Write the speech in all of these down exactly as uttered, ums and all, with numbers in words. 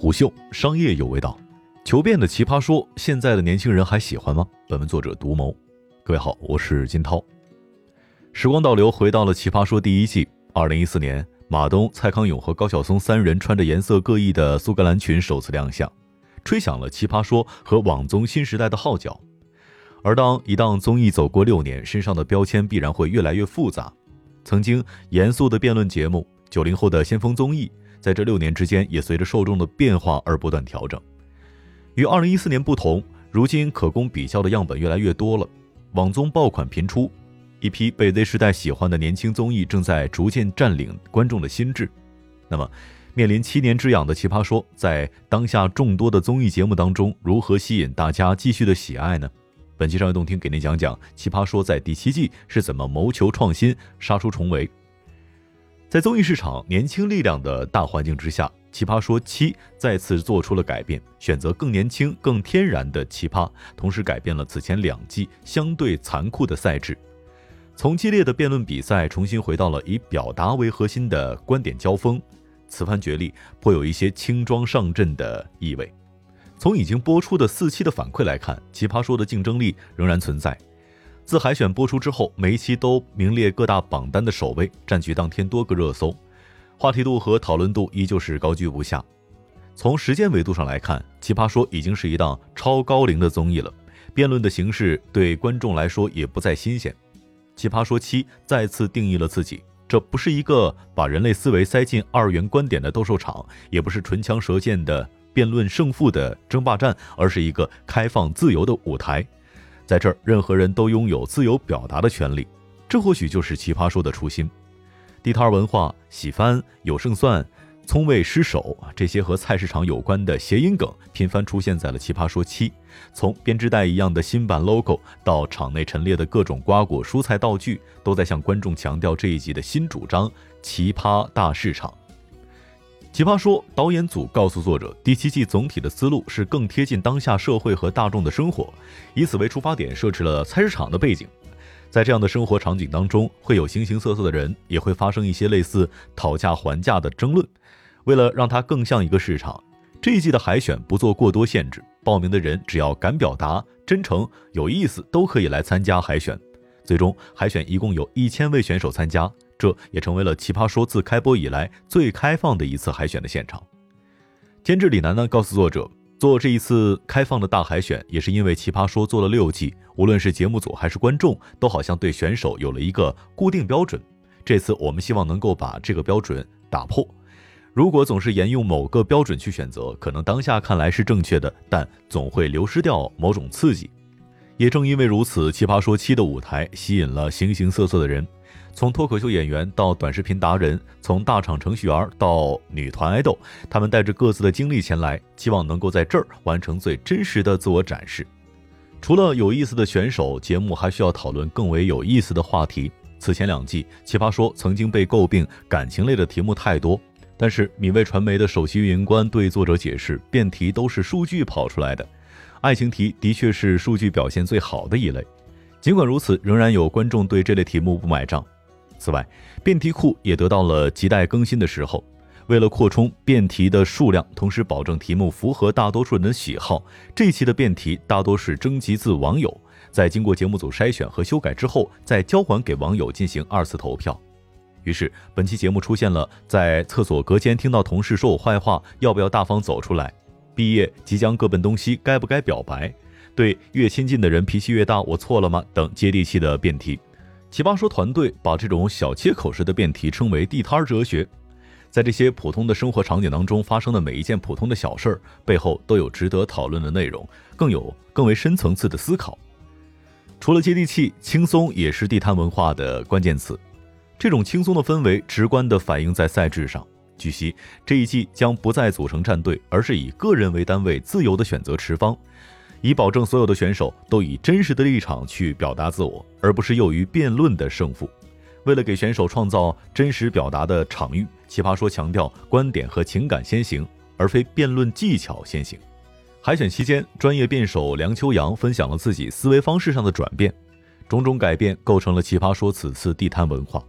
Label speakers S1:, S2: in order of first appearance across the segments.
S1: 虎嗅商业有味道，求变的奇葩说，现在的年轻人还喜欢吗？本文作者独谋。各位好，我是金涛。时光倒流，回到了奇葩说第一季。二零一四年，马东、蔡康永和高晓松三人穿着颜色各异的苏格兰裙首次亮相，吹响了奇葩说和网综新时代的号角。而当一档综艺走过六年，身上的标签必然会越来越复杂。曾经严肃的辩论节目，九零后的先锋综艺，在这六年之间也随着受众的变化而不断调整。与二零一四年不同，如今可供比较的样本越来越多了，网综爆款频出，一批被 Z 世代喜欢的年轻综艺正在逐渐占领观众的心智。那么面临七年之痒的奇葩说，在当下众多的综艺节目当中，如何吸引大家继续的喜爱呢？本期商业洞听给您讲讲奇葩说在第七季是怎么谋求创新，杀出重围。在综艺市场年轻力量的大环境之下，奇葩说七再次做出了改变，选择更年轻更天然的奇葩，同时改变了此前两季相对残酷的赛制，从激烈的辩论比赛重新回到了以表达为核心的观点交锋。此番角力颇有一些轻装上阵的意味。从已经播出的四期的反馈来看，奇葩说的竞争力仍然存在。自海选播出之后，每一期都名列各大榜单的首位，占据当天多个热搜，话题度和讨论度依旧是高居不下。从时间维度上来看，奇葩说已经是一档超高龄的综艺了，辩论的形式对观众来说也不再新鲜。奇葩说七再次定义了自己，这不是一个把人类思维塞进二元观点的斗兽场，也不是唇枪舌剑的辩论胜负的争霸战，而是一个开放自由的舞台。在这儿，任何人都拥有自由表达的权利，这或许就是奇葩说的初心。地摊文化、喜番、有胜算、葱味失手，这些和菜市场有关的谐音梗频繁出现在了奇葩说七。从编织袋一样的新版 logo 到场内陈列的各种瓜果蔬菜道具，都在向观众强调这一集的新主张：奇葩大市场。奇葩说导演组告诉作者，第七季总体的思路是更贴近当下社会和大众的生活，以此为出发点设置了菜市场的背景。在这样的生活场景当中，会有形形色色的人，也会发生一些类似讨价还价的争论。为了让它更像一个市场，这一季的海选不做过多限制，报名的人只要敢表达、真诚、有意思，都可以来参加海选。最终海选一共有一千位选手参加，这也成为了奇葩说自开播以来最开放的一次海选的现场。监制李楠呢告诉作者，做这一次开放的大海选，也是因为奇葩说做了六季，无论是节目组还是观众，都好像对选手有了一个固定标准。这次我们希望能够把这个标准打破。如果总是沿用某个标准去选择，可能当下看来是正确的，但总会流失掉某种刺激。也正因为如此，奇葩说七的舞台吸引了形形色色的人，从脱口秀演员到短视频达人，从大厂程序员到女团爱豆，他们带着各自的经历前来，希望能够在这儿完成最真实的自我展示。除了有意思的选手，节目还需要讨论更为有意思的话题。此前两季奇葩说曾经被诟病感情类的题目太多，但是米味传媒的首席运营官对作者解释，辩题都是数据跑出来的，爱情题的确是数据表现最好的一类。尽管如此，仍然有观众对这类题目不买账。此外，辩题库也得到了亟待更新的时候。为了扩充辩题的数量，同时保证题目符合大多数人的喜好，这一期的辩题大多是征集自网友，在经过节目组筛选和修改之后，再交还给网友进行二次投票。于是本期节目出现了在厕所隔间听到同事说我坏话，要不要大方走出来，毕业即将各奔东西，该不该表白，对越亲近的人脾气越大，我错了吗等接地气的辩题。奇葩说团队把这种小切口式的辩题称为地摊哲学。在这些普通的生活场景当中发生的每一件普通的小事儿，背后都有值得讨论的内容，更有更为深层次的思考。除了接地气，轻松也是地摊文化的关键词。这种轻松的氛围直观地反映在赛制上。据悉，这一季将不再组成战队，而是以个人为单位自由地选择持方，以保证所有的选手都以真实的立场去表达自我，而不是囿于辩论的胜负。为了给选手创造真实表达的场域，奇葩说强调观点和情感先行，而非辩论技巧先行。海选期间，专业辩手梁秋阳分享了自己思维方式上的转变，种种改变构成了奇葩说此次地摊文化。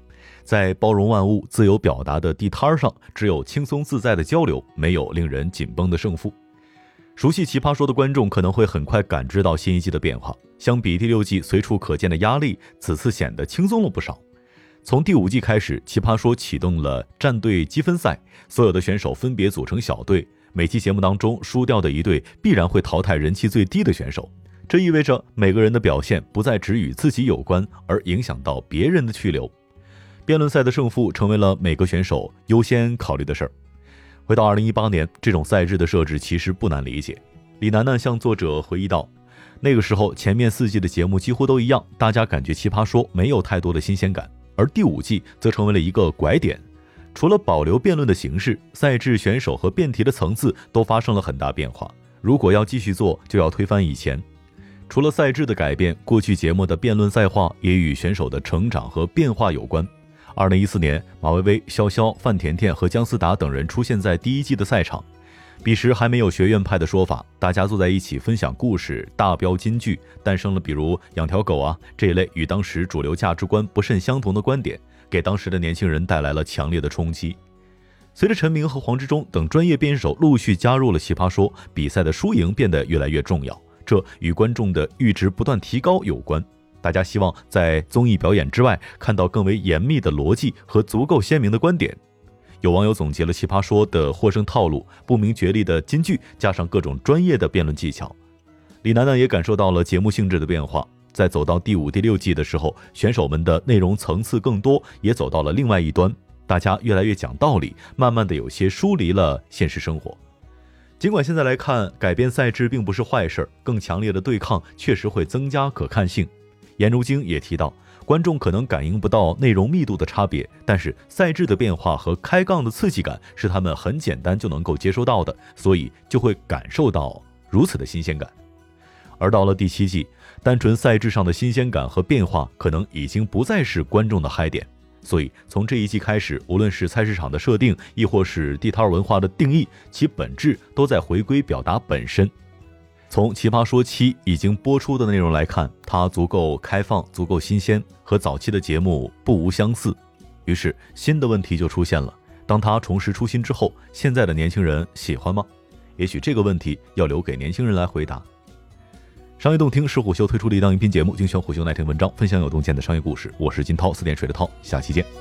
S1: 在包容万物、自由表达的地摊上，只有轻松自在的交流，没有令人紧绷的胜负。熟悉奇葩说的观众可能会很快感知到新一季的变化，相比第六季随处可见的压力，此次显得轻松了不少。从第五季开始，奇葩说启动了战队积分赛，所有的选手分别组成小队，每期节目当中输掉的一队必然会淘汰人气最低的选手，这意味着每个人的表现不再只与自己有关，而影响到别人的去留。辩论赛的胜负成为了每个选手优先考虑的事儿。回到二零一八年，这种赛制的设置其实不难理解。李楠楠向作者回忆道，那个时候前面四季的节目几乎都一样，大家感觉奇葩说没有太多的新鲜感，而第五季则成为了一个拐点。除了保留辩论的形式，赛制、选手和辩题的层次都发生了很大变化，如果要继续做，就要推翻以前。除了赛制的改变，过去节目的辩论赛化也与选手的成长和变化有关。二零一四年，马薇薇、潇潇、范甜甜和姜思达等人出现在第一季的赛场。彼时还没有学院派的说法，大家坐在一起分享故事，大标金句，诞生了比如养条狗啊这一类与当时主流价值观不甚相同的观点，给当时的年轻人带来了强烈的冲击。随着陈明和黄执中等专业辩手陆续加入了奇葩说，比赛的输赢变得越来越重要，这与观众的阈值不断提高有关。大家希望在综艺表演之外看到更为严密的逻辑和足够鲜明的观点。有网友总结了奇葩说的获胜套路：不明觉厉的金句加上各种专业的辩论技巧。李楠楠也感受到了节目性质的变化，在走到第五、第六季的时候，选手们的内容层次更多，也走到了另外一端，大家越来越讲道理，慢慢的有些疏离了现实生活。尽管现在来看，改变赛制并不是坏事，更强烈的对抗确实会增加可看性。颜如晶也提到，观众可能感应不到内容密度的差别，但是赛制的变化和开杠的刺激感是他们很简单就能够接收到的，所以就会感受到如此的新鲜感。而到了第七季，单纯赛制上的新鲜感和变化可能已经不再是观众的嗨点，所以从这一季开始，无论是菜市场的设定，亦或是地摊文化的定义，其本质都在回归表达本身。从奇葩说七已经播出的内容来看，它足够开放，足够新鲜，和早期的节目不无相似。于是新的问题就出现了，当它重拾初心之后，现在的年轻人喜欢吗？也许这个问题要留给年轻人来回答。商业洞听是虎嗅推出的一档音频节目，精选虎嗅那篇文章，分享有洞见的商业故事。我是金涛，四点水的涛，下期见。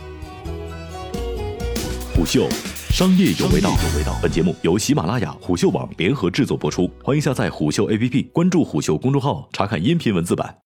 S2: 虎嗅商业有味道，本节目由喜马拉雅、虎嗅网联合制作播出，欢迎下载虎嗅 A P P， 关注虎嗅公众号，查看音频文字版。